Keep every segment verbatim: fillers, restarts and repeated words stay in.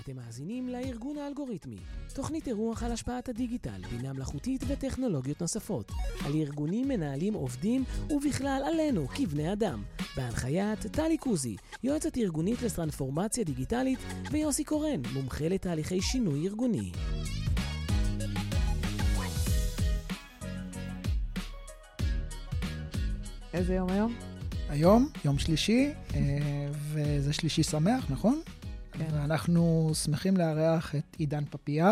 אתם מאזינים לארגון האלגוריתמי, תוכנית אירוח על השפעת הדיגיטל, בינה מלאכותית וטכנולוגיות נוספות, על ארגונים, מנהלים, עובדים ובכלל עלינו כבני אדם, בהנחיית טלי קוזי, יועצת ארגונית לטרנספורמציה דיגיטלית, ויוסי קורן, מומחה לתהליכי שינוי ארגוני. איזה יום היום? היום, יום שלישי, וזה שלישי שמח, נכון? כן. ואנחנו שמחים לארח את עידן פפיאר,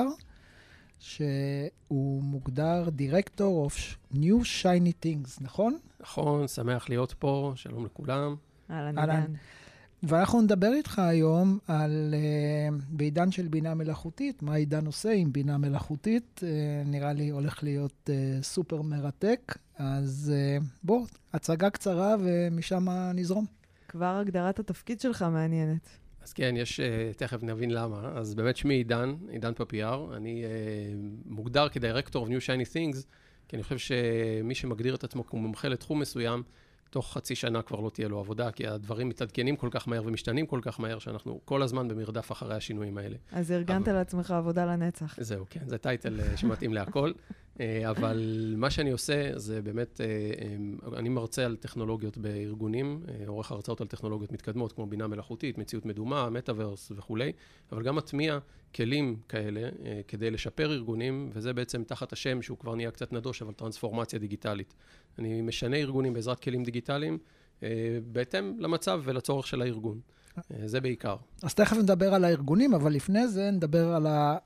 שהוא מוגדר Director of New Shiny Things, נכון? נכון, שמח להיות פה, שלום לכולם. אהלן, עידן. ואנחנו נדבר איתך היום על, uh, בעידן של בינה מלאכותית, מה עידן עושה עם בינה מלאכותית, uh, נראה לי הולך להיות uh, סופר מרתק, אז uh, בוא, הצגה קצרה ומשם נזרום. כבר הגדרת התפקיד שלך מעניינת. אז כן, יש, uh, תכף נבין למה. אז באמת שמי עידן, עידן פפיאר, אני uh, מוגדר כדירקטור of New Shiny Things, כי אני חושב שמי שמגדיר את עצמו כמומחה לתחום מסוים, תוך חצי שנה כבר לא תהיה לו עבודה, כי הדברים מתעדכנים כל כך מהר ומשתנים כל כך מהר, שאנחנו כל הזמן במרדף אחרי השינויים האלה. אז ארגנת לעצמך עבודה לנצח. זהו, כן, זה טייטל שמתאים להכל. אבל מה שאני עושה זה באמת, אני מרצה על טכנולוגיות בארגונים, עורך הרצאות על טכנולוגיות מתקדמות, כמו בינה מלאכותית, מציאות מדומה, מטאברס וכולי, אבל גם מטמיע כלים כאלה כדי לשפר ארגונים, וזה בעצם תחת השם שהוא כבר נהיה קצת נדוש, אבל טרנספורמציה דיגיטלית. אני משנה ארגונים בעזרת כלים דיגיטליים, בהתאם למצב ולצורך של הארגון. זה בעיקר. אז תכף נדבר על הארגונים, אבל לפני זה נדבר על ה...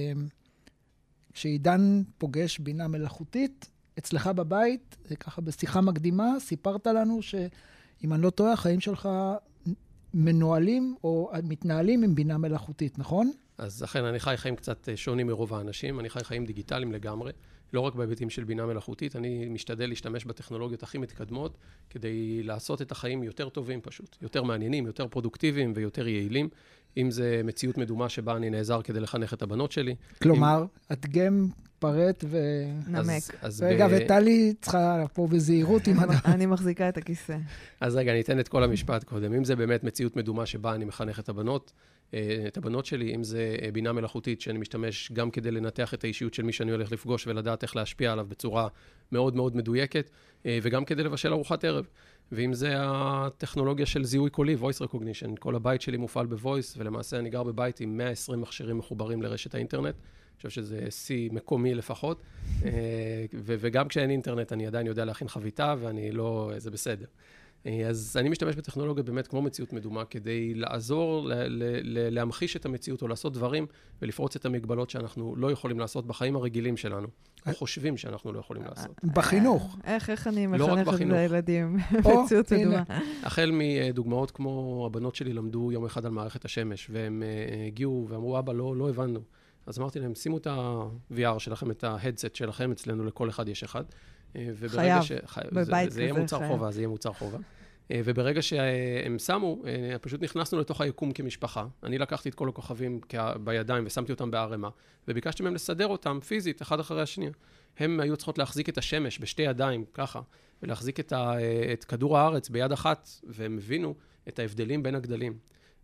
כשעידן פוגש בינה מלאכותית, אצלך בבית, ככה בשיחה מקדימה, סיפרת לנו שאם אני לא טועה, החיים שלך מנוהלים או מתנהלים עם בינה מלאכותית, נכון? אז אכן, אני חי חיים קצת שונים מרוב האנשים, אני חי חיים דיגיטליים לגמרי, לא רק בהיבטים של בינה מלאכותית, אני משתדל להשתמש בטכנולוגיות הכי מתקדמות, כדי לעשות את החיים יותר טובים פשוט, יותר מעניינים, יותר פרודוקטיביים ויותר יעילים, אם זה מציאות מדומה שבה אני נעזר כדי לחנך את הבנות שלי. כלומר, אתגם, פרט ו... נמק. רגע, וטלי צריכה פה בזהירות עם... אני מחזיקה את הכיסא. אז רגע, אני אתן את כל המשפט קודם. אם זה באמת מציאות מדומה שבה אני מחנך את הבנות, את הבנות שלי, אם זה בינה מלאכותית שאני משתמש גם כדי לנתח את האישיות של מי שאני הולך לפגוש ולדעת איך להשפיע עליו בצורה מאוד מאוד מדויקת, וגם כדי לבשל ארוחת ערב. ואם זה הטכנולוגיה של זיהוי קולי, voice recognition, כל הבית שלי מופעל ב-voice, ולמעשה אני גר בבית עם מאה ועשרים מכשירים מחוברים לרשת האינטרנט. אני חושב שזה שיא מקומי לפחות. ו- וגם כשאין אינטרנט, אני עדיין יודע להכין חביתה, ואני לא, זה בסדר. אז אני משתמש בטכנולוגיה באמת כמו מציאות מדומה, כדי לעזור, ל- ל- ל- להמחיש את המציאות, או לעשות דברים, ולפרוץ את המגבלות שאנחנו לא יכולים לעשות בחיים הרגילים שלנו, או חושבים שאנחנו לא יכולים לעשות. בחינוך. איך, איך אני מחנכת את הילדים? מציאות מדומה. החל מדוגמאות כמו, הבנות שלי למדו יום אחד על מערכת השמש, והם הגיעו ואמרו, אבא, לא, לא הבנו. אז אמרתי להם, שימו את ה-וי אר שלכם, את ההדסט שלכם, אצלנו לכל אחד יש אחד. חייב, בבית כזה. זה יהיה מוצר חובה, זה יהיה מוצר חובה. וברגע שהם שמו, פשוט נכנסנו לתוך היקום כמשפחה. אני לקחתי את כל הכוכבים בידיים ושמתי אותם בערמה, וביקשתי מהם לסדר אותם פיזית, אחד אחרי השנייה. הם היו צריכות להחזיק את השמש בשתי ידיים, ככה, ולהחזיק את, ה, את כדור הארץ ביד אחת, והם הבינו את ההבדלים בין הגדלים.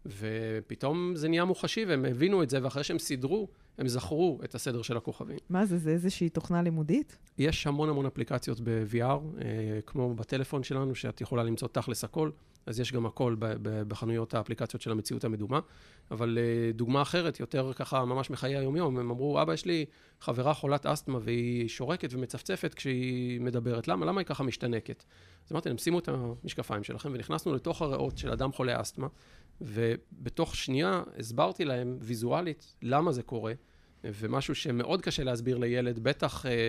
ופתאום זה נהיה מוחשי, והם הבינו את זה, ואחרי שהם סידרו, הם זכרו את הסדר של הכוכבים. מה זה? זה איזושהי תוכנה לימודית? יש המון המון אפליקציות ב-וי אר, אה, כמו בטלפון שלנו, שאת יכולה למצוא תכלס הכל, אז יש גם הכל ב- ב- בחנויות האפליקציות של המציאות המדומה, אבל אה, דוגמה אחרת, יותר ככה ממש מחיי היום-יום, הם אמרו, אבא, יש לי חברה חולת אסתמה, והיא שורקת ומצפצפת כשהיא מדברת. למה? למה היא ככה משתנקת? אז אמרתי להם, שימו את המשקפיים שלכם, ונכנסנו לתוך הריאות של אדם חולה אסתמה, ובתוך שנייה הסברתי להם ויזואלית למה זה קורה, ומשהו שמאוד קשה להסביר לילד, בטח אה,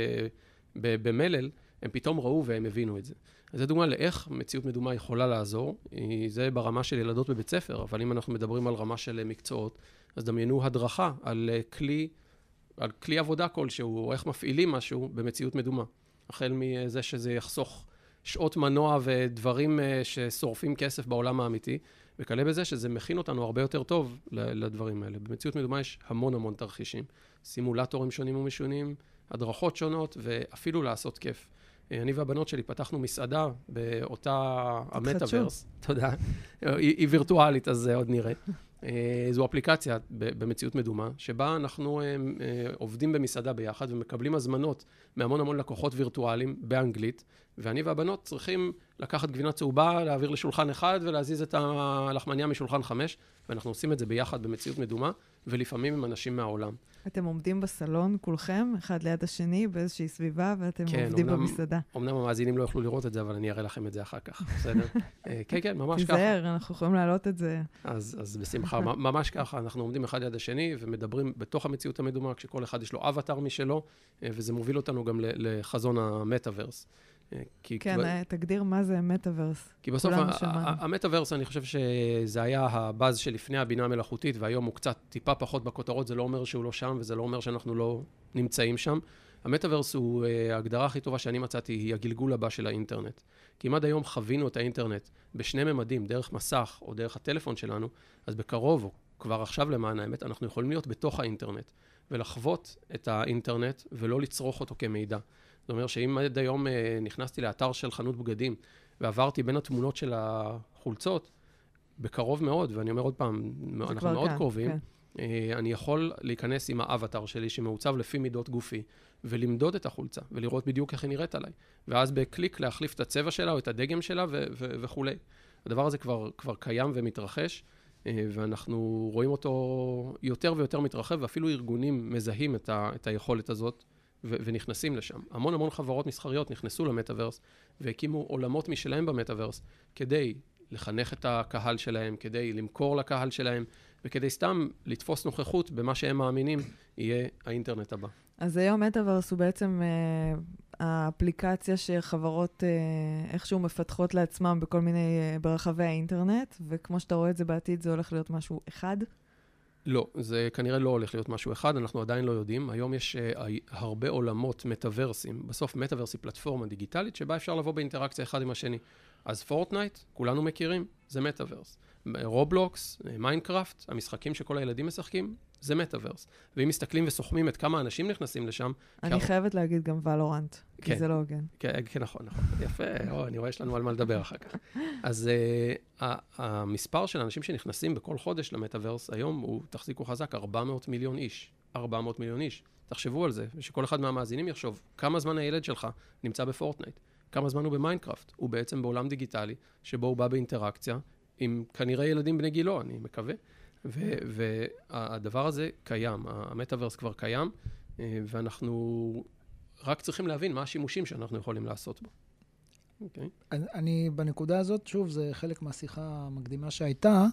במלל, הם פתאום ראו והם הבינו את זה. אז זו דוגמה לאיך מציאות מדומה יכולה לעזור, זה ברמה של ילדות בבית ספר, אבל אם אנחנו מדברים על רמה של מקצועות, אז דמיינו הדרכה על כלי, על כלי עבודה כלשהו, או איך מפעילים משהו במציאות מדומה. החל מזה שזה יחסוך שעות מנוע ודברים ששורפים כסף בעולם האמיתי, וכלה בזה שזה מכין אותנו הרבה יותר טוב לדברים האלה. במציאות מדומה יש המון המון תרחישים, סימולטורים שונים ומשונים, הדרכות שונות, ואפילו לעשות כיף. אני והבנות שלי פתחנו מסעדה באותה המטאברס. תודה. היא, היא וירטואלית, אז עוד נראה. זו אפליקציה במציאות מדומה, שבה אנחנו עובדים במסעדה ביחד ומקבלים הזמנות מהמון המון לקוחות וירטואליים באנגלית, ואני והבנות צריכים לקחת גבינה צהובה, להעביר לשולחן אחד ולהזיז את הלחמניה משולחן חמש, ואנחנו עושים את זה ביחד במציאות מדומה, ולפעמים עם אנשים מהעולם. אתם עומדים בסלון כולכם, אחד ליד השני, באיזושהי סביבה, ואתם כן, עובדים אומנם, במסעדה. אמנם המאזינים לא יוכלו לראות את זה, אבל אני אראה לכם את זה אחר כך, בסדר? כן, כן, ממש ככה. תיזהר, אנחנו יכולים להעלות את זה. אז, אז בשמחה, ממש ככה, אנחנו עומדים אחד ליד השני, ומדברים בתוך המציאות המדומה, כשכל אחד יש לו אבטר משלו, וזה מוביל אותנו גם לחזון המטאברס. כי כן, כבר... תגדיר מה זה מטאברס. כי בסוף המטאברס, אני חושב שזה היה הבאז שלפני הבינה המלאכותית, והיום הוא קצת טיפה פחות בכותרות, זה לא אומר שהוא לא שם, וזה לא אומר שאנחנו לא נמצאים שם. המטאברס הוא, ההגדרה הכי טובה שאני מצאתי, היא הגלגול הבא של האינטרנט. כי אם עד היום חווינו את האינטרנט בשני ממדים, דרך מסך או דרך הטלפון שלנו, אז בקרוב, או כבר עכשיו למען האמת, אנחנו יכולים להיות בתוך האינטרנט, ולחוות את האינטרנט, ולא לצרוך אותו כמידע. זאת אומרת שאם עד היום נכנסתי לאתר של חנות בגדים, ועברתי בין התמונות של החולצות, בקרוב מאוד, ואני אומר עוד פעם, אנחנו מאוד כאן, קרובים, כן. אני יכול להיכנס עם האבטר שלי, שמעוצב לפי מידות גופי, ולמדוד את החולצה, ולראות בדיוק איך היא נראית עליי. ואז בקליק להחליף את הצבע שלה, או את הדגם שלה, ו- ו- וכו'. הדבר הזה כבר, כבר קיים ומתרחש, ואנחנו רואים אותו יותר ויותר מתרחב, ואפילו ארגונים מזהים את, ה- את היכולת הזאת, ו- ונכנסים לשם. המון המון חברות מסחריות נכנסו למטאברס, והקימו עולמות משלהם במטאברס, כדי לחנך את הקהל שלהם, כדי למכור לקהל שלהם, וכדי סתם לתפוס נוכחות במה שהם מאמינים, יהיה האינטרנט הבא. אז היום מטאברס הוא בעצם אה, האפליקציה שחברות אה, איכשהו מפתחות לעצמם בכל מיני, אה, ברחבי האינטרנט, וכמו שאתה רואה את זה בעתיד, זה הולך להיות משהו אחד? לא, זה כנראה לא הולך להיות משהו אחד, אנחנו עדיין לא יודעים. היום יש uh, הרבה עולמות מטאברסים. בסוף מטאברס היא פלטפורמה דיגיטלית שבה אפשר לבוא באינטראקציה אחד עם השני. אז פורטנייט, כולנו מכירים, זה מטאברס. רובלוקס, מיינקראפט, המשחקים שכל הילדים משחקים, זה מטאברס. ואם מסתכלים וסוכמים את כמה אנשים נכנסים לשם... אני כי... חייבת להגיד גם ולורנט, כי כן, זה לא הוגן. כן, כן, נכון, נכון. יפה, או, אני רואה יש לנו על מה לדבר אחר כך. אז uh, המספר של האנשים שנכנסים בכל חודש למטאברס, היום הוא, תחזיקו חזק, ארבע מאות מיליון איש. ארבע מאות מיליון איש. תחשבו על זה, ושכל אחד מהמאזינים יחשוב, כמה זמן הילד שלך נמצא בפורטנייט, כמה זמן הוא במיינקראפט. הוא בעצם בעולם דיגיטלי, שבו הוא בא באינטראקציה, עם כנראה ילדים בני גילו, אני מקווה. והדבר הזה קיים, המטאברס כבר קיים, ואנחנו רק צריכים להבין מה השימושים שאנחנו יכולים לעשות בו. Okay. אני בנקודה הזאת, שוב, זה חלק מהשיחה המקדימה שהייתה,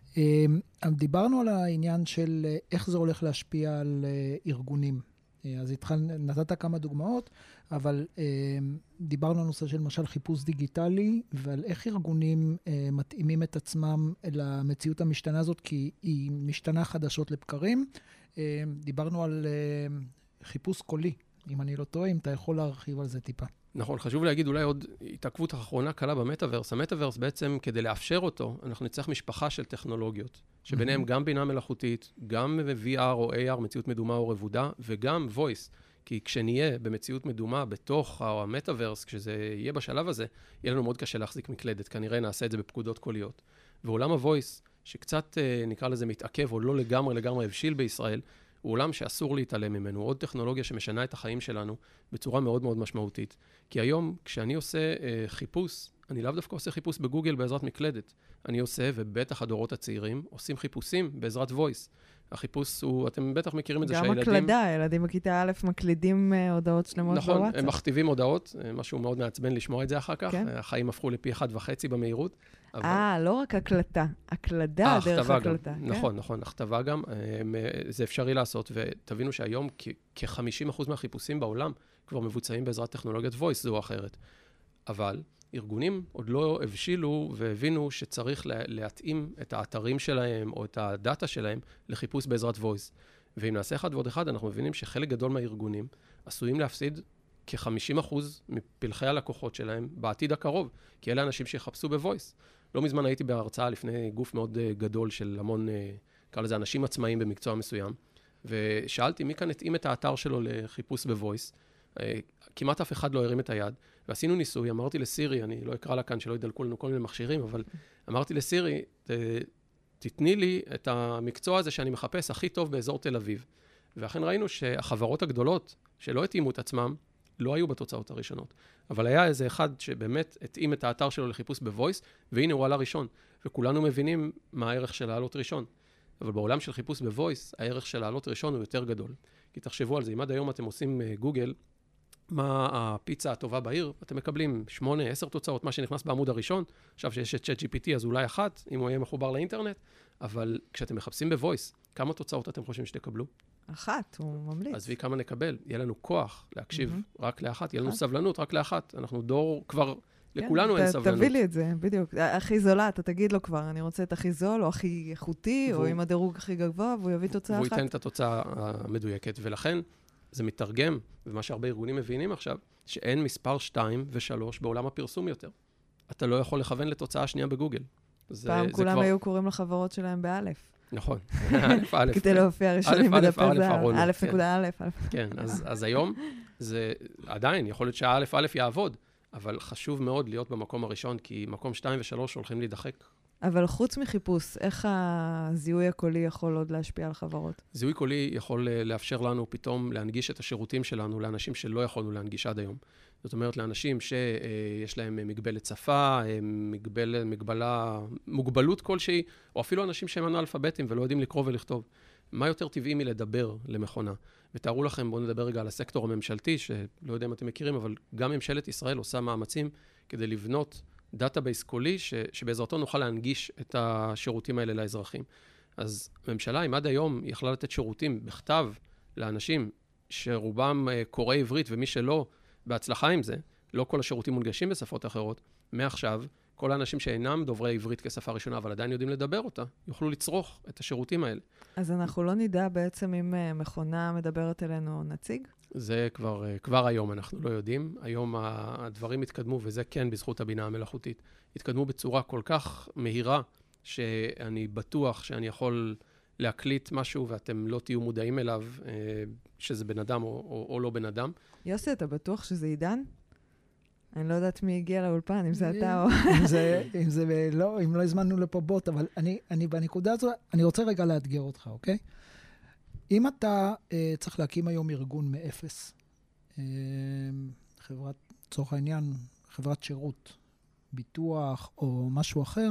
דיברנו על העניין של איך זה הולך להשפיע על ארגונים. אז התחל, נתת כמה דוגמאות, אבל דיברנו על נושא של למשל חיפוש דיגיטלי, ועל איך ארגונים מתאימים את עצמם למציאות המשתנה הזאת, כי היא משתנה חדשות לבקרים. דיברנו על חיפוש קולי, אם אני לא טועה, אם אתה יכול להרחיב על זה טיפה. נכון, חשוב להגיד אולי עוד התעכבות האחרונה קלה במטאברס. המטאברס בעצם, כדי לאפשר אותו, אנחנו נצטרך משפחה של טכנולוגיות, שביניהם גם בינה מלאכותית, גם וי אר או איי אר, מציאות מדומה או רבודה, וגם voice. כי כשנהיה במציאות מדומה בתוך המטאברס, כשזה יהיה בשלב הזה, יהיה לנו מאוד קשה להחזיק מקלדת. כנראה נעשה את זה בפקודות קוליות. ועולם ה-voice, שקצת נקרא לזה מתעכב או לא לגמרי לגמרי הבשיל בישראל, הוא עולם שאסור להתעלם ממנו, עוד טכנולוגיה שמשנה את החיים שלנו בצורה מאוד מאוד משמעותית. כי היום, כשאני עושה אה, חיפוש, אני לאו דווקא עושה חיפוש בגוגל בעזרת מקלדת. אני עושה, ובטח הדורות הצעירים, עושים חיפושים בעזרת voice. החיפוש הוא, אתם בטח מכירים את זה שהילדים... גם הקלדה, ילדים בכיתה א' מקלידים הודעות שלמות בוואטסאפ. נכון, הם מכתיבים הודעות, משהו מאוד מעצבן לשמוע את זה אחר כך. כן. החיים הפכו לפי אחד וחצי במהירות. אה, אבל... לא רק הקלטה, הקלדה דרך הקלטה. כן? נכון, נכון, הכתבה גם, זה אפשרי לעשות, ותבינו שהיום כ-חמישים אחוז מהחיפושים בעולם כבר מבוצעים בעזרת טכנולוגיית voice זו או אחרת. אבל ארגונים עוד לא הבשילו והבינו שצריך להתאים את האתרים שלהם או את הדאטה שלהם לחיפוש בעזרת voice. ואם נעשה אחד ועוד אחד, אנחנו מבינים שחלק גדול מהארגונים עשויים להפסיד כ-חמישים אחוז מפלחי הלקוחות שלהם בעתיד הקרוב, כי אלה אנשים שיחפשו ב-voice. לא מזמן הייתי בהרצאה לפני גוף מאוד גדול של המון, קרא לזה אנשים עצמאיים במקצוע מסוים, ושאלתי מי כאן התאים את האתר שלו לחיפוש ב-voice. כמעט אף אחד לא הרים את היד, ועשינו ניסוי, אמרתי לסירי, אני לא אקרא לה כאן שלא ידלקו לנו כל מיני מכשירים, אבל אמרתי לסירי, תתני לי את המקצוע הזה שאני מחפש הכי טוב באזור תל אביב. ואכן ראינו שהחברות הגדולות שלא התאימו את עצמם, לא היו בתוצאות הראשונות. אבל היה איזה אחד שבאמת התאים את האתר שלו לחיפוש בוויס, והנה הוא עלה ראשון. וכולנו מבינים מה הערך של לעלות ראשון. אבל בעולם של חיפוש בוויס, הערך של לעלות ראשון הוא יותר גדול. כי תחשבו על זה, אם עד היום אתם עושים גוגל, מה הפיצה הטובה בעיר, אתם מקבלים שמונה, עשר תוצאות, מה שנכנס בעמוד הראשון, עכשיו שיש את צ'אט ג'י פי טי, אז אולי אחת, אם הוא יהיה מחובר לאינטרנט, אבל כשאתם מחפשים בוויס, כמה תוצאות אתם חושבים שתקבלו? אחת, הוא ממליץ. אז וכמה נקבל? יהיה לנו כוח להקשיב mm-hmm. רק לאחת, יהיה לנו סבלנות רק לאחת. אנחנו דור כבר, כן, לכולנו ת, אין סבלנות. תביא לי את זה, בדיוק. הכי זולה, אתה תגיד לו כבר, אני רוצה את הכי זול, או הכי איכותי, והוא, או עם הדירוג הכי גבוה, והוא יביא תוצאה והוא אחת. והוא ייתן את התוצאה המדויקת, ולכן זה מתרגם, ומה שהרבה ארגונים מבינים עכשיו, שאין מספר שתיים ושלוש בעולם הפרסום יותר. אתה לא יכול לכוון לתוצאה שנייה בגוגל. זה, פעם זה כולם כבר... היו קוראים לחברות שלהם באלף. נכון. א', א'. כדי להופיע ראשונים בדפי זהב. א' נקודה א'. כן, אז היום זה עדיין, יכול להיות שהא' א' יעבוד, אבל חשוב מאוד להיות במקום הראשון, כי מקום שתיים ושלוש הולכים להידחק. אבל חוץ מחיפוש, איך הזיהוי הקולי יכול עוד להשפיע על חברות? זיהוי קולי יכול לאפשר לנו פתאום להנגיש את השירותים שלנו לאנשים שלא יכולנו להנגיש עד היום. זאת אומרת, לאנשים שיש להם מגבלת שפה, מגבל, מגבלה, מוגבלות כלשהי, או אפילו אנשים שהם אנאלפביתים ולא יודעים לקרוא ולכתוב. מה יותר טבעי מלדבר למכונה? ותארו לכם, בואו נדבר רגע על הסקטור הממשלתי, שלא יודע אם אתם מכירים, אבל גם ממשלת ישראל עושה מאמצים כדי לבנות דאטאבייס קולי, ש, שבעזרתו נוכל להנגיש את השירותים האלה לאזרחים. אז הממשלה, אם עד היום יכלה לתת שירותים בכתב לאנשים שרובם קוראי עברית, ומי שלא, בהצלחה עם זה, לא כל השירותים מונגשים בשפות אחרות, מעכשיו, כל האנשים שאינם דוברי עברית כשפה ראשונה, אבל עדיין יודעים לדבר אותה, יוכלו לצרוך את השירותים האלה. אז אנחנו לא נדע בעצם אם מכונה מדברת אלינו נציג? זה כבר, כבר היום אנחנו לא יודעים. היום הדברים התקדמו, וזה כן בזכות הבינה המלאכותית. התקדמו בצורה כל כך מהירה, שאני בטוח שאני יכול להקליט משהו, ואתם לא תהיו מודעים אליו, שזה בן אדם או, או, או לא בן אדם. יוסי, אתה בטוח שזה עידן? אני לא יודעת מי הגיע לאולפן, אם זה אתה או... אם זה לא, אם לא הזמנו לפה בוט, אבל אני, אני בנקודה הזו, אני רוצה רגע לאתגר אותך, אוקיי? אם אתה אה, צריך להקים היום ארגון מאפס, אה, חברת, צורך העניין, חברת שירות, ביטוח או משהו אחר,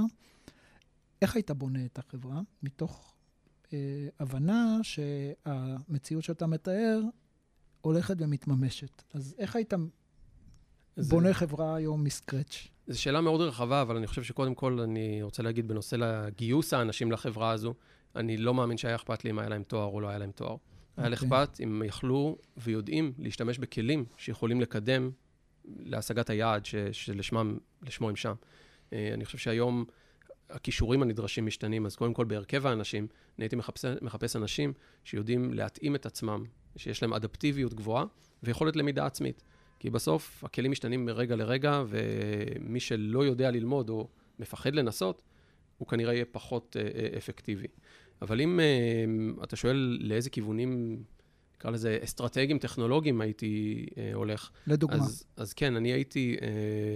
איך היית בונה את החברה? מתוך אה, הבנה שהמציאות שאתה מתאר הולכת ומתממשת. אז איך היית זה... בונה חברה היום מסקרץ'? זו שאלה מאוד רחבה, אבל אני חושב שקודם כל אני רוצה להגיד בנושא לגיוס האנשים לחברה הזו, אני לא מאמין שהיה אכפת לי אם היה להם תואר או לא היה להם תואר. היה לי אכפת אם יכלו ויודעים להשתמש בכלים שיכולים לקדם להשגת היעד שלשמם, לשמו הם שם. אני חושב שהיום הכישורים הנדרשים משתנים, אז קודם כל בהרכב האנשים, אני הייתי מחפש, מחפש אנשים שיודעים להתאים את עצמם, שיש להם אדפטיביות גבוהה ויכולת למידה עצמית. כי בסוף הכלים משתנים מרגע לרגע, ומי שלא יודע ללמוד או מפחד לנסות, הוא כנראה יהיה פחות אה, אפקטיבי. אבל אם אה, אתה שואל לאיזה כיוונים, נקרא לזה אסטרטגיים, טכנולוגיים, הייתי אה, הולך. לדוגמה. אז, אז כן, אני הייתי אה,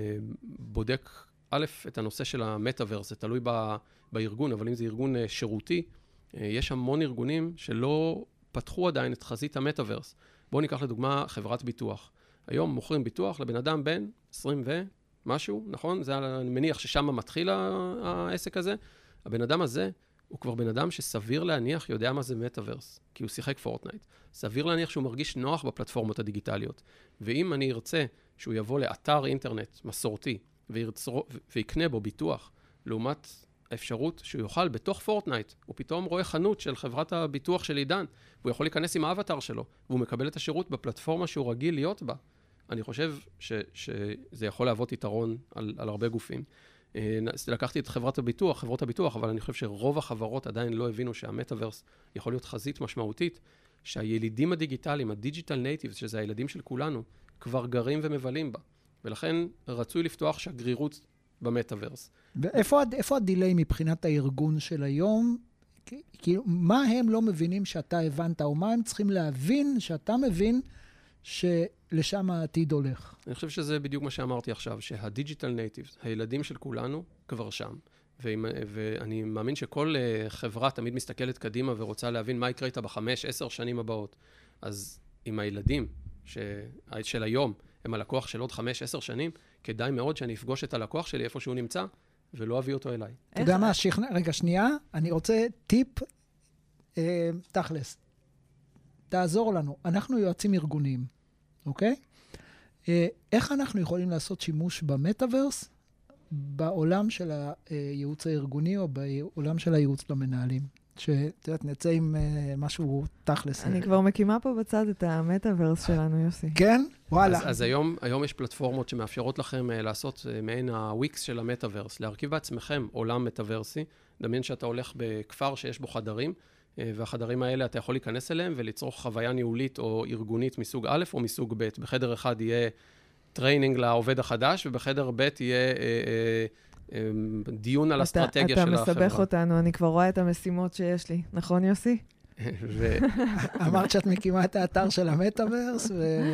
בודק, א', את הנושא של המטאברס, זה תלוי ב, בארגון, אבל אם זה ארגון אה, שירותי, אה, יש המון ארגונים שלא פתחו עדיין את חזית המטאברס. בואו ניקח לדוגמה חברת ביטוח. היום מוכרים ביטוח לבן אדם בין עשרים ומשהו, נכון? זה, אני מניח ששם מתחיל העסק הזה. הבן אדם הזה הוא כבר בן אדם שסביר להניח יודע מה זה מטאברס, כי הוא שיחק פורטנייט. סביר להניח שהוא מרגיש נוח בפלטפורמות הדיגיטליות. ואם אני ארצה שהוא יבוא לאתר אינטרנט מסורתי וירצרו, ויקנה בו ביטוח, לעומת האפשרות שהוא יוכל בתוך פורטנייט, הוא פתאום רואה חנות של חברת הביטוח של עידן, והוא יכול להיכנס עם האבטר שלו, והוא מקבל את השירות בפלטפורמה שהוא רגיל להיות בה. אני חושב ש, שזה יכול להוות יתרון על, על הרבה גופים. לקחתי את חברת הביטוח, חברות הביטוח, אבל אני חושב שרוב החברות עדיין לא הבינו שהמטאברס יכול להיות חזית משמעותית, שהילידים הדיגיטליים, הדיגיטל נייטיב, שזה הילדים של כולנו, כבר גרים ומבלים בה. ולכן רצוי לפתוח שגרירות במטאברס. ואיפה איפה הדילי מבחינת הארגון של היום? כאילו, מה הם לא מבינים שאתה הבנת, או מה הם צריכים להבין שאתה מבין שלשם העתיד הולך? אני חושב שזה בדיוק מה שאמרתי עכשיו, שהדיגיטל נייטיבס, הילדים של כולנו, כבר שם. ואני מאמין שכל חברה תמיד מסתכלת קדימה ורוצה להבין מה יקרה איתה בחמש, עשר שנים הבאות. אז עם הילדים של היום, הם הלקוח של עוד חמש, עשר שנים, כדאי מאוד שאני אפגוש את הלקוח שלי איפה שהוא נמצא, ולא אביא אותו אליי. אתה יודע מה, שכנע, רגע, שנייה, אני רוצה טיפ אה, תכלס. תעזור לנו. אנחנו יועצים ארגוניים, אוקיי? אה, איך אנחנו יכולים לעשות שימוש במטאברס, בעולם של הייעוץ הארגוני, או בעולם של הייעוץ למנהלים? שאת יודעת, נצא עם uh, משהו תכלס. אני כבר מקימה פה בצד את המטאברס שלנו, יוסי. כן? וואלה. אז, אז היום, היום יש פלטפורמות שמאפשרות לכם uh, לעשות uh, מעין הוויקס של המטאברס, להרכיב בעצמכם עולם מטאברסי. דמיין שאתה הולך בכפר שיש בו חדרים, uh, והחדרים האלה אתה יכול להיכנס אליהם ולצרוך חוויה ניהולית או ארגונית מסוג א' או מסוג ב'. בחדר אחד יהיה טריינינג לעובד החדש, ובחדר ב' יהיה... Uh, uh, דיון על אסטרטגיה של החברה. אתה מסבך אותנו, אני כבר רואה את המשימות שיש לי. נכון, יוסי? אמרת שאת מקימה את האתר של המטאברס.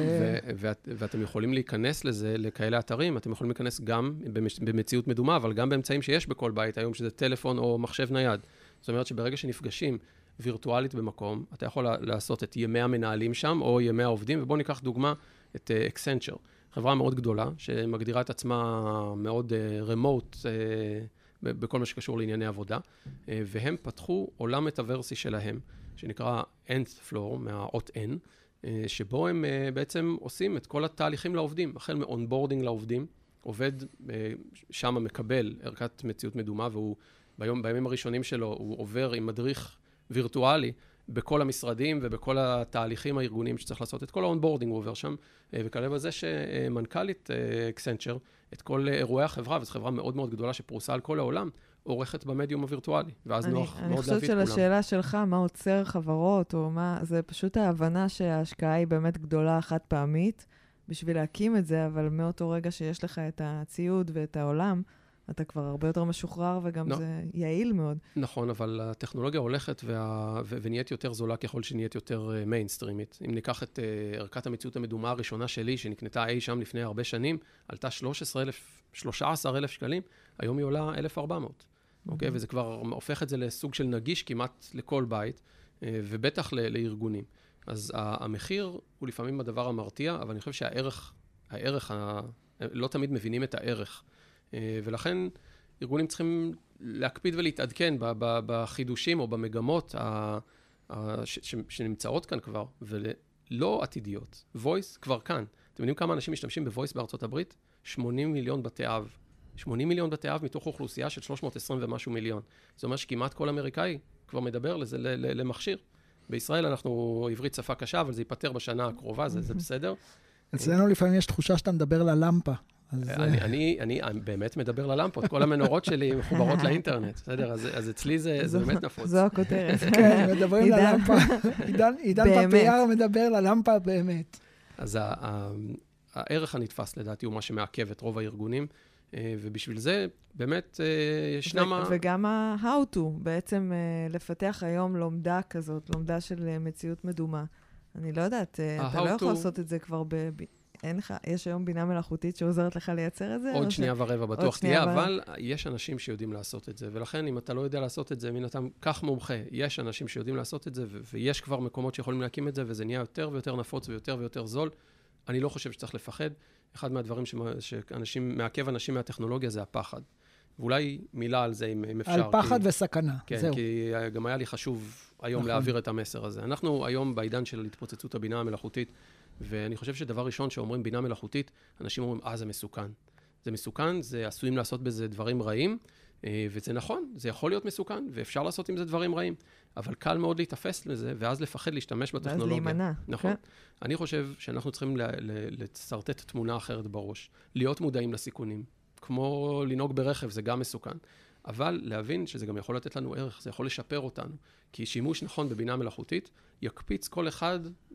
ואתם יכולים להיכנס לזה, לכאלה אתרים, אתם יכולים להיכנס גם במציאות מדומה, אבל גם באמצעים שיש בכל בית היום, שזה טלפון או מחשב נייד. זאת אומרת שברגע שנפגשים וירטואלית במקום, אתה יכול לעשות את ימי המנהלים שם, או ימי העובדים, ובואו ניקח דוגמה את Accenture. חברה מאוד גדולה, שמגדירה את עצמה מאוד remote בכל מה שקשור לענייני עבודה, והם פתחו עולם מטאברסי שלהם, שנקרא nth floor, מהאות N, שבו הם בעצם עושים את כל התהליכים לעובדים, החל מ-onboarding לעובדים, עובד שם מקבל ערכת מציאות מדומה, והוא ביום, בימים הראשונים שלו, הוא עובר עם מדריך וירטואלי, בכל המשרדים ובכל התהליכים הארגוניים שצריך לעשות. את כל האונבורדינג הוא עובר שם, וכאלה בזה שמנכ"לית Accenture, את כל אירועי החברה, וזו חברה מאוד מאוד גדולה שפרוסה על כל העולם, עורכת במדיום הווירטואלי, ואז אני, נוח אני מאוד להביא את כולם. אני חושבת שלשאלה שלך, מה עוצר חברות, או מה, זה פשוט ההבנה שההשקעה היא באמת גדולה חד פעמית, בשביל להקים את זה, אבל מאותו רגע שיש לך את הציוד ואת העולם, אתה כבר הרבה יותר משוחרר, וגם no. זה יעיל מאוד. נכון, אבל הטכנולוגיה הולכת וה... ו... ונהיית יותר זולה ככל שנהיית יותר מיינסטרימית. אם ניקח את uh, ערכת המציאות המדומה הראשונה שלי, שנקנתה אי שם לפני הרבה שנים, עלתה שלושה עשר אלף שקלים, היום היא עולה אלף וארבע מאות. Mm-hmm. אוקיי? וזה כבר הופך את זה לסוג של נגיש כמעט לכל בית, uh, ובטח ל... לארגונים. אז המחיר הוא לפעמים הדבר המרתיע, אבל אני חושב שהערך, הערך, ה... לא תמיד מבינים את הערך. ולכן ארגונים צריכים להקפיד ולהתעדכן בחידושים או במגמות שנמצאות כאן כבר, ולא עתידיות. Voice כבר כאן. אתם יודעים כמה אנשים משתמשים ב-Voice בארצות הברית? שמונים מיליון בתי אב. שמונים מיליון בתי אב מתוך אוכלוסייה של שלוש מאות ועשרים ומשהו מיליון. זאת אומרת שכמעט כל אמריקאי כבר מדבר לזה למכשיר. בישראל אנחנו עברית שפה קשה, אבל זה ייפטר בשנה הקרובה, זה, זה בסדר. אצלנו לפעמים יש תחושה שאתה מדבר ללמפה. אני, אני, אני באמת מדבר ללמפות, כל המנורות שלי מחוברות לאינטרנט, בסדר? אז, אז אצלי זה, זה באמת נפוץ. זו הכותרת. כן, מדברים ללמפה. עידן פפייר מדבר ללמפה באמת. אז הערך הנתפס לדעתי הוא מה שמעכב את רוב הארגונים, ובשביל זה באמת ישנם... וגם ה-how to, בעצם לפתח היום לומדה כזאת, לומדה של מציאות מדומה. אני לא יודעת, אתה לא יכול לעשות את זה כבר ב... אין לך, יש היום בינה מלאכותית שעוזרת לך לייצר את זה? עוד שנייה ורבע בטוח תהיה, אבל יש אנשים שיודעים לעשות את זה, ולכן אם אתה לא יודע לעשות את זה, מן אתם כך מומחה, יש אנשים שיודעים לעשות את זה, ויש כבר מקומות שיכולים להקים את זה, וזה נהיה יותר ויותר נפוץ ויותר ויותר זול. אני לא חושב שצריך לפחד. אחד מהדברים שאנשים, מעכב אנשים מהטכנולוגיה זה הפחד. ואולי מילה על זה אם אפשר. על פחד וסכנה, כן, כי גם היה לי חשוב היום להעביר את המסר הזה. אנחנו היום בעידן של התפוצצות הבינה המלאכותית, ואני חושב שדבר ראשון שאומרים בינה מלאכותית, אנשים אומרים, אה, זה מסוכן. זה מסוכן, זה עשויים לעשות בזה דברים רעים, וזה נכון, זה יכול להיות מסוכן, ואפשר לעשות עם זה דברים רעים, אבל קל מאוד להתאפס לזה, ואז לפחד להשתמש בטכנולוגיה. ואז להימנע. נכון. אני חושב שאנחנו צריכים לצרטט תמונה אחרת בראש, להיות מודעים לסיכונים, כמו לנהוג ברכב, זה גם מסוכן, אבל להבין שזה גם יכול לתת לנו ערך, זה יכול לשפר אותנו, כי שימוש נכון בבינה מלאכותית יקפיץ כל אחד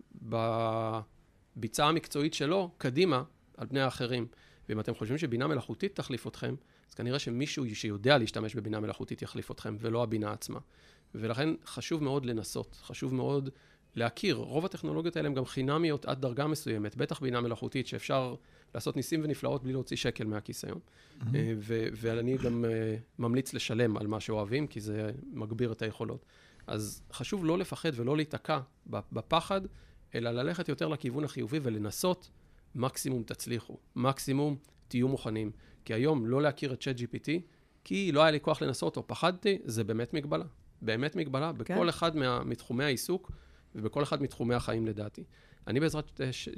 בביצה המקצועית שלו קדימה על פני האחרים. ואם אתם חושבים שבינה מלאכותית תחליף אתכם, אז כנראה שמישהו שיודע להשתמש בבינה מלאכותית יחליף אתכם, ולא הבינה עצמה. ולכן חשוב מאוד לנסות, חשוב מאוד להכיר. רוב הטכנולוגיות האלה הן גם חינמיות עד דרגה מסוימת, בטח בינה מלאכותית, שאפשר לעשות ניסים ונפלאות בלי להוציא שקל מהכיס היום. ו- ואני גם ממליץ לשלם על מה שאוהבים, כי זה מגביר את היכולות. אז חשוב לא לפחד ולא להתעקע בפחד, אלא ללכת יותר לכיוון החיובי ולנסות, מקסימום תצליחו, מקסימום תהיו מוכנים. כי היום לא להכיר את צ'אט ג'י פי טי, כי לא היה לי כוח לנסות או פחדתי, זה באמת מגבלה. באמת מגבלה, בכל כן. אחד מה, מתחומי העיסוק, ובכל אחד מתחומי החיים לדעתי. אני בעזרת, ש...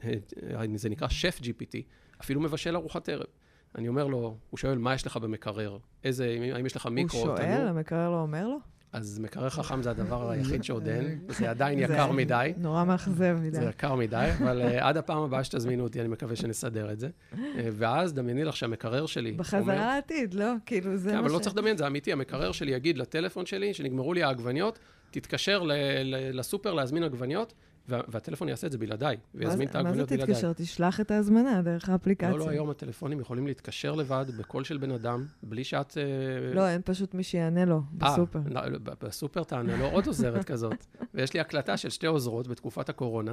זה נקרא שף ג'י פי טי, אפילו מבשל ארוחת ערב. אני אומר לו, הוא שואל, מה יש לך במקרר? איזה, האם יש לך מיקרו? הוא שואל, המקרר לא אומר לו? אז מקרר חכם זה הדבר היחיד שעוד אין, זה עדיין יקר מדי. נורא מאכזב מדי. זה יקר מדי, אבל עד הפעם הבאה שתזמינו אותי, אני מקווה שנסדר את זה. ואז דמייני לך שהמקרר שלי... בחזרה לעתיד, לא? כאילו זה מה ש... אבל לא צריך לדמיין, זה אמיתי. המקרר שלי יגיד לטלפון שלי, שנגמרו לי העגבניות, תתקשר לסופר להזמין עגבניות, והטלפון יעשה את זה בלעדיי, ויזמין את העגבניות בלעדיי. מה זה תתקשר? תשלח את ההזמנה דרך האפליקציה. לא, לא, היום הטלפונים יכולים להתקשר לבד, בקול של בן אדם, בלי שאת... לא, אין פשוט מי שיענה לו, בסופר. בסופר תענה לו עוד עוזרת כזאת. ויש לי הקלטה של שתי עוזרות בתקופת הקורונה,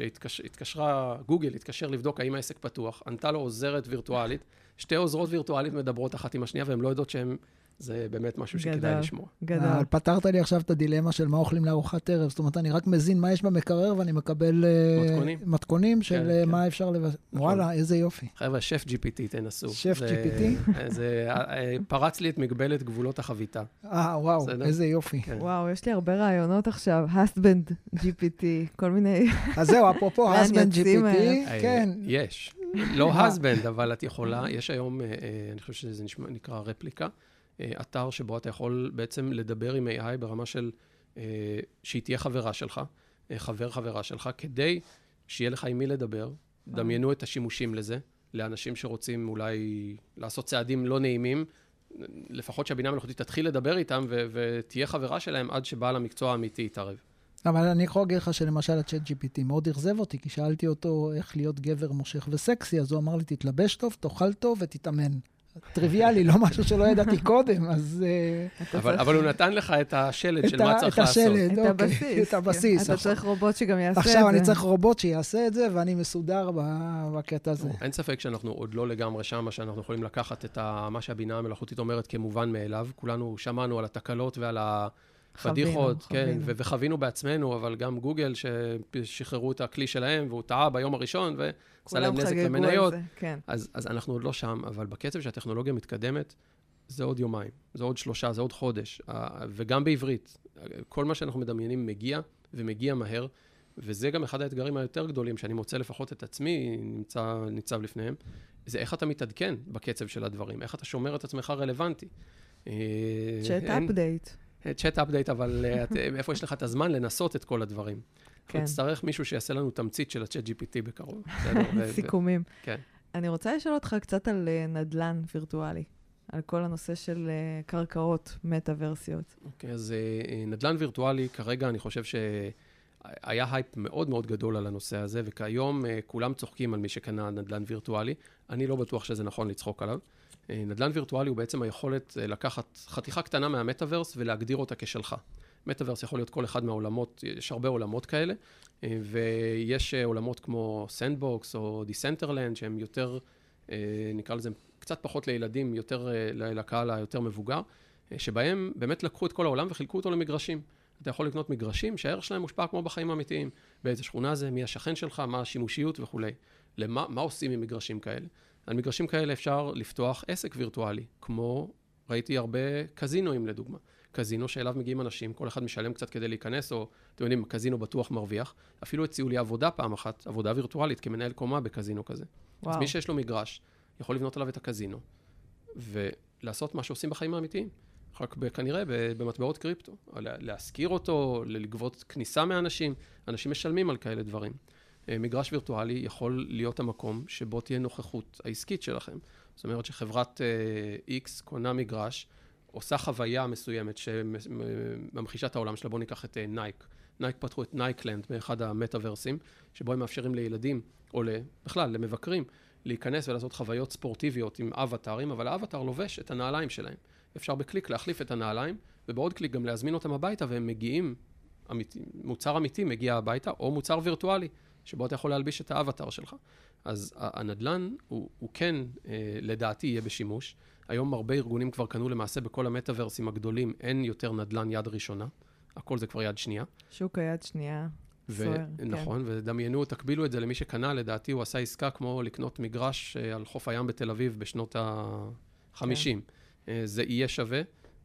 שהתקשרה, גוגל התקשר לבדוק האם העסק פתוח, ענתה לו עוזרת וירטואלית, שתי עוזרות וירטואלית מדברות אחת עם השנייה, והן לא יודעות שהן... זה באמת משהו שכדאי לשמוע. גדול. פתרת לי עכשיו את הדילמה של מה אוכלים לארוחת ערב. זאת אומרת, אני רק מזין מה יש במקרר, ואני מקבל מתכונים של מה אפשר לבס... וואלה, איזה יופי. חבר'ה, שף ג'י פי טי תנסו. שף ג'י פי טי? זה פרץ לי את מגבלת גבולות החביתה. אה, וואו, איזה יופי. וואו, יש לי הרבה רעיונות עכשיו. הסבנד ג'י פי טי, כל מיני... אז זהו, אפרופו הסבנד ג'י פי טי, כן. יש. לא הסבנד, אבל את יכולה, יש היום, אני חושב שזה נקרא רפליקה, אתר שבו אתה יכול בעצם לדבר עם איי איי ברמה של, שהיא תהיה חברה שלך, חבר חברה שלך, כדי שיהיה לך עם מי לדבר, דמיינו את השימושים לזה, לאנשים שרוצים אולי לעשות צעדים לא נעימים, לפחות שהבינה המלאכותית תתחיל לדבר איתם, ו- ותהיה חברה שלהם עד שבעל המקצוע האמיתי יתערב. אבל אני יכול להגיד לך שלמשל הצ'אט ג'י פי טי מאוד הרזב אותי, כי שאלתי אותו איך להיות גבר מושך וסקסי, אז הוא אמר לי, תתלבש טוב, תאכל טוב ותתאמן. טריוויאלי, לא משהו שלא ידעתי קודם, אז... אבל הוא נתן לך את השלד של מה צריך לעשות. את הבסיס. את הבסיס. אתה צריך רובוט שגם יעשה את זה. עכשיו אני צריך רובוט שיעשה את זה, ואני מסודר בקטע הזה. אין ספק שאנחנו עוד לא לגמרי שם, שאנחנו יכולים לקחת את מה שהבינה המלאכותית אומרת כמובן מאליו. כולנו שמענו על התקלות ועל הפדיחות, כן, וחווינו בעצמנו, אבל גם גוגל ששחררו את הכלי שלהם, והוא טעה ביום הראשון, ועשה להם נזק למניות. אז, אז אנחנו עוד לא שם, אבל בקצב שהטכנולוגיה מתקדמת, זה עוד יומיים, זה עוד שלושה, זה עוד חודש, וגם בעברית. כל מה שאנחנו מדמיינים מגיע, ומגיע מהר, וזה גם אחד האתגרים היותר גדולים, שאני מוצא לפחות את עצמי, נמצא, ניצב לפניהם, זה איך אתה מתעדכן בקצב של הדברים, איך אתה שומר את עצמך רלוונטי. צ'אט אפדייט. צ'אט אפדייט, אבל איפה יש לך את הזמן לנסות את כל הדברים? אנחנו נצטרך מישהו שיעשה לנו תמצית של הצ'אט ג'י פי טי בקרוב. סיכומים. כן. אני רוצה לשאול אותך קצת על נדל"ן וירטואלי, על כל הנושא של קרקעות, מטאוורסיות. אוקיי, אז נדל"ן וירטואלי, כרגע אני חושב שהיה הייפ מאוד מאוד גדול על הנושא הזה, וכיום כולם צוחקים על מי שקנה נדל"ן וירטואלי. אני לא בטוח שזה נכון לצחוק עליו. נדל"ן וירטואלי הוא בעצם היכולת לקחת חתיכה קטנה מהמטאוורס ולהגדיר אותה כשלך. מטאוורס יכול להיות כל אחד מהעולמות, יש הרבה עולמות כאלה, ויש עולמות כמו סנדבוקס או דיסנטרלנד, שהם יותר, נקרא לזה, קצת פחות לילדים, יותר לקהל היותר מבוגר, שבהם באמת לקחו את כל העולם וחילקו אותו למגרשים. אתה יכול לקנות מגרשים שהערך שלהם מושפע כמו בחיים האמיתיים. באיזה שכונה זה, מי השכן שלך, מה השימושיות וכו'. למה, מה עושים עם מגרשים כאלה? על מגרשים כאלה אפשר לפתוח עסק וירטואלי, כמו ראיתי הרבה קזינואים לדוגמה. קזינו שאליו מגיעים אנשים, כל אחד משלם קצת כדי להיכנס, או אתם יודעים, קזינו בטוח מרוויח. אפילו הציעו לי עבודה פעם אחת, עבודה וירטואלית כמנהל קומה בקזינו כזה. וואו. אז מי שיש לו מגרש, יכול לבנות עליו את הקזינו, ולעשות מה שעושים בחיים האמיתיים. רק כנראה במטבעות קריפטו. להשכיר אותו, לגבות כניסה מאנשים, אנשים משלמים על כאלה דברים. מגרש וירטואלי יכול להיות המקום שבו תהיה נוכחות העסקית שלכם. זאת אומרת שחברת X קונה מגרש, עושה חוויה מסוימת שממחישה את העולם שלה. בואו ניקח את נייק. נייק פתחו את נייקלנד באחד המטאוורסים, שבו הם מאפשרים לילדים, או בכלל למבקרים, להיכנס ולעשות חוויות ספורטיביות עם אבטרים, אבל האבטר לובש את הנעליים שלהם. אפשר בקליק להחליף את הנעליים, ובעוד קליק גם להזמין אותם הביתה, והם מגיעים אמיתי, מוצר אמיתי מגיע הביתה, או מוצר וירטואלי, שבו אתה יכול להלביש את האבטר שלך. אז הנדלן הוא, הוא כן, לדעתי, יהיה בשימוש. היום הרבה ארגונים כבר קנו למעשה בכל המטאברסים הגדולים, אין יותר נדלן יד ראשונה, הכל זה כבר יד שנייה. שוק היד שנייה. ו- נכון, כן. ודמיינו, תקבילו את זה למי שקנה, לדעתי הוא עשה עסקה כמו לקנות מגרש על חוף הים בתל אביב בשנות ה-חמישים. כן. זה יהיה שווה,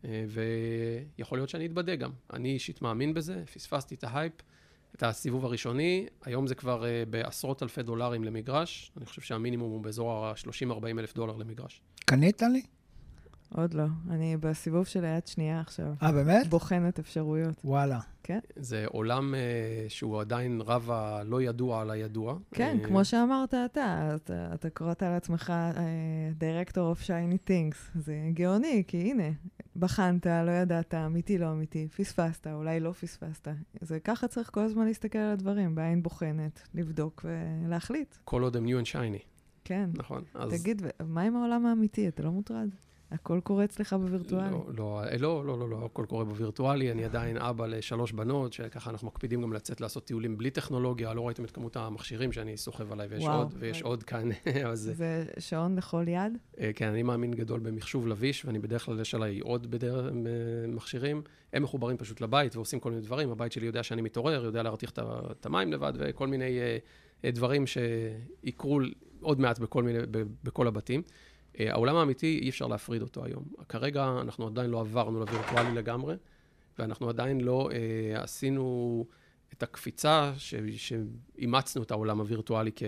ויכול להיות שאני אתבדה גם. אני אישית מאמין בזה, פספסתי את ההייפ, את הסיבוב הראשוני, היום זה כבר בעשרות אלפי דולרים למגרש, אני חושב שהמינימום הוא באזור ה-שלושים ארבעים אלף דולר למגרש. קנית לי? עוד לא. אני בסיבוב של היד שנייה עכשיו. אה, באמת? בוחנת אפשרויות. וואלה. כן. זה עולם uh, שהוא עדיין רב הלא ידוע על הידוע. כן, uh, כמו שאמרת אתה, אתה, אתה קוראת על עצמך uh, Director of Shiny Things. זה גאוני, כי הנה, בחנת, לא ידעת, אמיתי, לא אמיתי, פספסת, אולי לא פספסת. זה ככה צריך כל הזמן להסתכל על הדברים, בעין בוחנת, לבדוק ולהחליט. כל עוד הם new and shiny. כן. נכון. תגיד, מה עם העולם האמיתי? אתה לא מוטרד? הכל קורה אצלך בווירטואלי. לא, לא, לא, לא, לא, לא, הכל קורה בווירטואלי. אני עדיין אבא לשלוש בנות, שככה אנחנו מקפידים גם לצאת לעשות טיולים בלי טכנולוגיה. לא ראיתם את כמות המכשירים שאני סוחב עליי, ויש וואו, עוד, ויש עוד כאן. זה שעון לכל יד? כן, אני מאמין גדול במחשוב לביש, ואני בדרך כלל יש עליי עוד בדרך מכשירים. הם מחוברים פשוט לבית ועושים כל מיני דברים. הבית שלי יודע שאני מתעורר, יודע להרתיח את המים לבד, וכל מיני דברים שיקרו עוד מעט בכל מיני, בכל הבתים. העולם האמיתי, אי אפשר להפריד אותו היום. כרגע אנחנו עדיין לא עברנו לווירטואלי לגמרי, ואנחנו עדיין לא אה, עשינו את הקפיצה ש, שאימצנו את העולם הווירטואלי כ,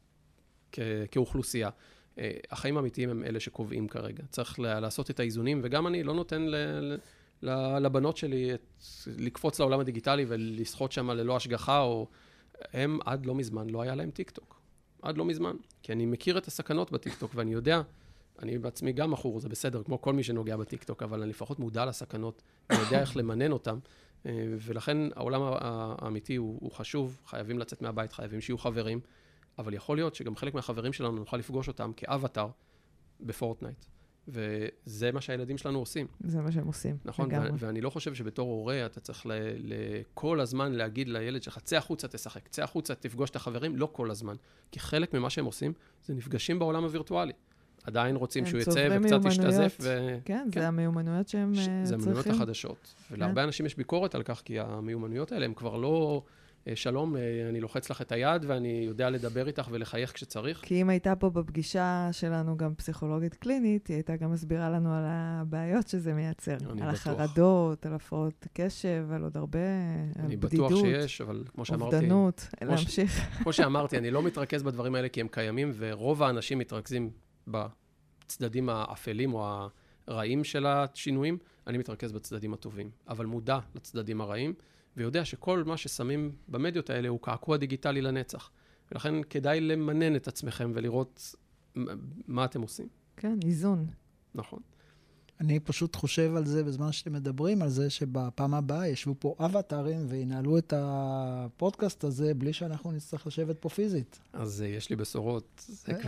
כ, כאוכלוסייה. אה, החיים האמיתיים הם אלה שקובעים כרגע. צריך לעשות את האיזונים, וגם אני לא נותן ל, ל, לבנות שלי את, לקפוץ לעולם הדיגיטלי ולשחות שם ללא השגחה, או הם עד לא מזמן לא היה להם טיק-טוק. עד לא מזמן. כי אני מכיר את הסכנות בטיק-טוק, ואני יודע, אני בעצמי גם מכור, זה בסדר, כמו כל מי שנוגע בטיק-טוק, אבל אני לפחות מודע לסכנות, אני יודע איך למנן אותם, ולכן העולם האמיתי הוא, הוא חשוב, חייבים לצאת מהבית, חייבים שיהיו חברים, אבל יכול להיות שגם חלק מהחברים שלנו נוכל לפגוש אותם כאבטר בפורטנייט. וזה מה שהילדים שלנו עושים. זה מה שהם עושים. נכון, ו- ואני לא חושב שבתור הורה אתה צריך לכל הזמן להגיד לילד שלך, צא החוצה תשחק, צא החוצה תפגוש את החברים, לא כל הזמן. כי חלק ממה שהם עושים, זה נפגשים בעולם הווירטואלי. עדיין רוצים שהוא יצא וקצת ישתזף. ו... כן, כן, זה המיומנויות שהם ש... צריכים. זה המיומנויות החדשות. ולהרבה אנשים יש ביקורת על כך, כי המיומנויות האלה הם כבר לא... שלום, אני לוחץ לך את היד ואני יודע לדבר איתך ולחייך כשצריך. כי אם הייתה פה בפגישה שלנו גם פסיכולוגית קלינית, היא הייתה גם מסבירה לנו על הבעיות שזה מייצר. על בטוח. החרדות, על הפרעות קשב, על עוד הרבה, על בדידות. אני בטוח שיש, אבל כמו שאמרתי... אובדנות, להמשיך. כמו שאמרתי, אני לא מתרכז בדברים האלה כי הם קיימים, ורוב האנשים מתרכזים בצדדים האפלים או הרעים של השינויים, אני מתרכז בצדדים הטובים. אבל מודע לצדדים הרעים, ויודע שכל מה ששמים במדיות האלה הוא קעקוע דיגיטלי לנצח. ולכן כדאי למנן את עצמכם ולראות מה אתם עושים. כן, איזון. נכון. אני פשוט חושב על זה בזמן שאתם מדברים על זה, שבפעם הבאה ישבו פה אבטרים וינהלו את הפודקאסט הזה בלי שאנחנו נצטרך לשבת פה פיזית. אז יש לי בשורות,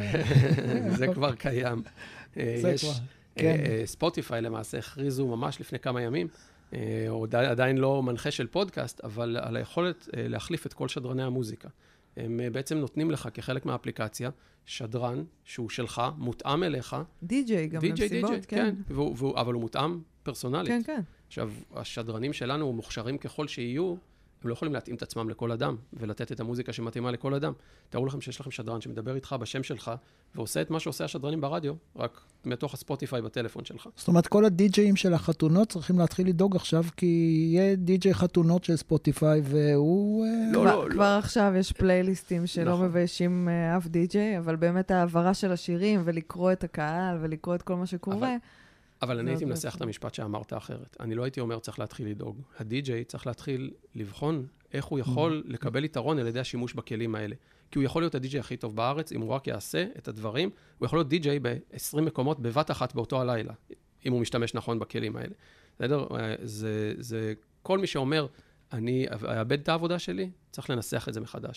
זה כבר קיים. זה כבר, כן. ספוטיפיי למעשה הכריזו ממש לפני כמה ימים, או עדיין לא מנחה של פודקאסט, אבל על היכולת להחליף את כל שדרני המוזיקה. הם בעצם נותנים לך כחלק מהאפליקציה, שדרן שהוא שלך, מותאם אליך. די-ג'יי גם למסיבות, כן. כן. והוא, והוא, אבל הוא מותאם פרסונלית. כן, כן. עכשיו, השדרנים שלנו מוכשרים ככל שיהיו, הם לא יכולים להתאים את עצמם לכל אדם, ולתת את המוזיקה שמתאימה לכל אדם. תראו לכם שיש לכם שדרן שמדבר איתך בשם שלך, ועושה את מה שעושה השדרנים ברדיו, רק מתוך הספוטיפיי בטלפון שלך. זאת אומרת, כל הדי-ג'יים של החתונות צריכים להתחיל לדאוג עכשיו, כי יהיה די-ג'יי חתונות של ספוטיפיי, והוא... לא, לא, לא. כבר עכשיו יש פלייליסטים שלא מביישים אף די-ג'יי, אבל באמת העברה של השירים, ולקרוא את הקהל, ולקרוא את כל מה שקורה... אבל אני הייתי מנסח את המשפט שאמרת אחרת. אני לא הייתי אומר צריך להתחיל לדאוג. הדי-ג'יי צריך להתחיל לבחון איך הוא יכול לקבל יתרון על ידי השימוש בכלים האלה. כי הוא יכול להיות הדי-ג'יי הכי טוב בארץ, אם הוא רק יעשה את הדברים, הוא יכול להיות די-ג'יי ב-עשרים מקומות בבת אחת באותו הלילה, אם הוא משתמש נכון בכלים האלה. בסדר? זה, זה כל מי שאומר, אני אאבד את העבודה שלי, צריך לנסח את זה מחדש.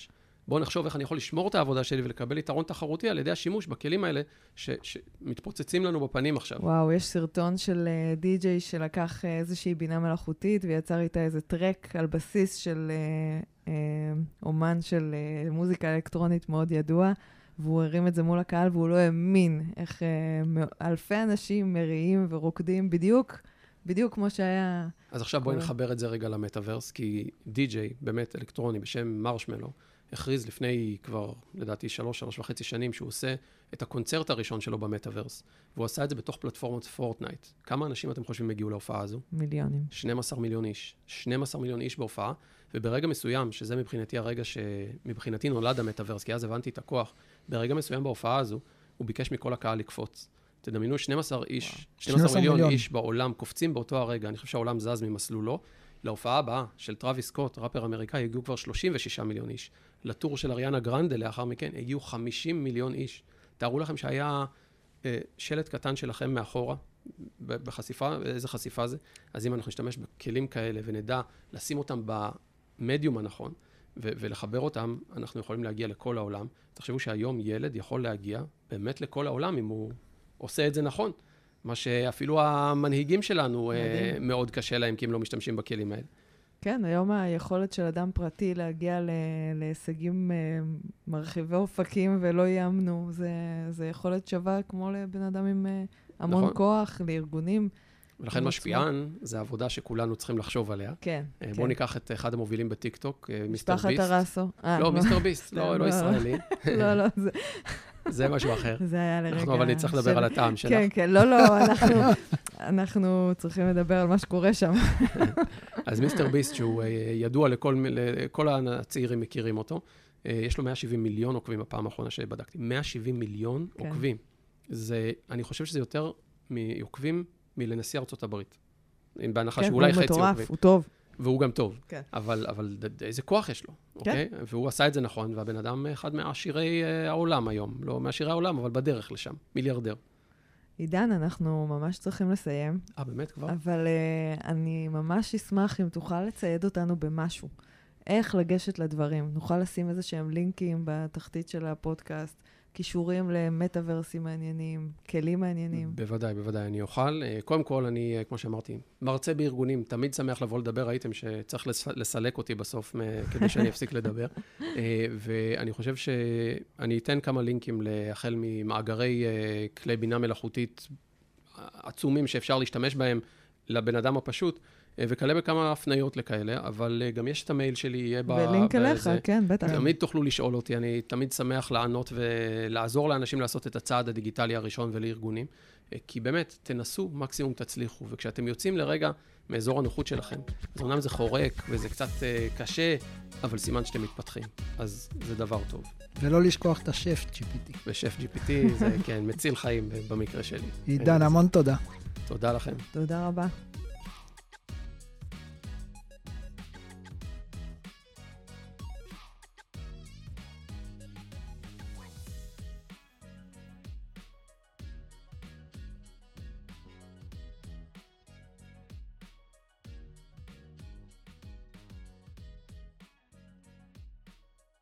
בואו נחשוב איך אני יכול לשמור את העבודה שלי ולקבל יתרון תחרותי על ידי השימוש בכלים האלה ש, שמתפוצצים לנו בפנים עכשיו. וואו, יש סרטון של uh, די-ג'יי שלקח uh, איזושהי בינה מלאכותית ויצר איתה איזה טרק על בסיס של uh, uh, אומן של uh, מוזיקה אלקטרונית מאוד ידוע, והוא הרים את זה מול הקהל והוא לא האמין איך uh, אלפי אנשים מריעים ורוקדים בדיוק, בדיוק כמו שהיה... אז עכשיו בואי נחבר את זה רגע למטאברס, כי די-ג'יי באמת אלקטרוני בשם מרשמלו, הכריז לפני כבר, לדעתי, שלוש, שלוש וחצי שנים, שהוא עושה את הקונצרט הראשון שלו במטאברס, והוא עשה את זה בתוך פלטפורמת פורטנייט. כמה אנשים אתם חושבים הגיעו להופעה הזו? מיליונים. שנים עשר מיליון איש. שנים עשר מיליון איש בהופעה, וברגע מסוים, שזה מבחינתי הרגע שמבחינתי נולד המטאברס, כי אז הבנתי את הכוח, ברגע מסוים בהופעה הזו, הוא ביקש מכל הקהל לקפוץ. תדמיינו, שנים עשר איש, שנים עשר מיליון איש בעולם קופצים באותו הרגע, אני חושב שהעולם זז ממסלולו, להופעה הבאה של טראביס סקוט, ראפר אמריקאי, הגיעו כבר שלושים ושישה מיליון איש. לטור של אריאנה גרנדה לאחר מכן, הגיעו חמישים מיליון איש. תארו לכם שהיה אה, שלט קטן שלכם מאחורה, בחשיפה, איזה חשיפה זה? אז אם אנחנו נשתמש בכלים כאלה ונדע לשים אותם במדיום הנכון, ו- ולחבר אותם, אנחנו יכולים להגיע לכל העולם. תחשבו שהיום ילד יכול להגיע באמת לכל העולם, אם הוא עושה את זה נכון. מה שאפילו המנהיגים שלנו אה, מאוד קשה להם, כי הם לא משתמשים בכלים האלה. כן, היום היכולת של אדם פרטי להגיע ל- להישגים אה, מרחיבי אופקים ולא יאמנו, זה, זה יכולת שווה כמו לבן אדם עם אה, המון נכון. כוח, לארגונים. ולכן משפיען, זה עבודה שכולנו צריכים לחשוב עליה. כן. אה, כן. בואו ניקח את אחד המובילים בטיקטוק, אה, מיסטר ביסט. משפחת הרסו. אה, לא, מיסטר ביסט, לא, לא ישראלי. לא, לא, זה... זה משהו אחר. זה היה לרגע... אנחנו אבל נצטרך לדבר על הטעם שלך. כן, כן, לא, לא, אנחנו, אנחנו צריכים לדבר על מה שקורה שם. אז מיסטר ביסט, שהוא ידוע לכל, לכל הצעירים מכירים אותו, יש לו מאה ושבעים מיליון עוקבים הפעם האחרונה שבדקתי. מאה ושבעים מיליון כן. עוקבים. זה, אני חושב שזה יותר מעוקבים מלנשיא ארצות הברית. בהנחה כן, שאולי חצי מטורף, עוקבים. הוא טוב. והוא גם טוב. כן. אבל, אבל איזה כוח יש לו, אוקיי? כן. והוא עשה את זה נכון, והבן אדם אחד מעשירי העולם היום. לא מעשירי העולם, אבל בדרך לשם. מיליארדר. עידן, אנחנו ממש צריכים לסיים. אה, באמת כבר? אבל uh, אני ממש אשמח אם תוכל לצייד אותנו במשהו. איך לגשת לדברים. נוכל לשים איזה שהם לינקים בתחתית של הפודקאסט, קישורים למטאברסים מעניינים, כלים מעניינים. בוודאי, בוודאי, אני אוכל. קודם כל, אני, כמו שאמרתי, מרצה בארגונים, תמיד שמח לבוא לדבר, ראיתם שצריך לסלק אותי בסוף כדי שאני אפסיק לדבר. ואני חושב שאני אתן כמה לינקים החל ממאגרי כלי בינה מלאכותית עצומים שאפשר להשתמש בהם לבן אדם הפשוט, וכאלה בכמה הפניות לכאלה, אבל גם יש את המייל שלי, יהיה בזה. ולינק אליך, כן, בטח. תמיד תוכלו לשאול אותי, אני תמיד שמח לענות ולעזור לאנשים לעשות את הצעד הדיגיטלי הראשון ולארגונים, כי באמת, תנסו, מקסימום תצליחו, וכשאתם יוצאים לרגע מאזור הנוחות שלכם, אז אומנם זה חורק וזה קצת קשה, אבל סימן שאתם מתפתחים, אז זה דבר טוב. ולא לשכוח את השף ג'י פי טי. ושף ג'י פי טי זה, כן, מציל חיים במקרה שלי. עידן, המון תודה. תודה לכם. תודה רבה.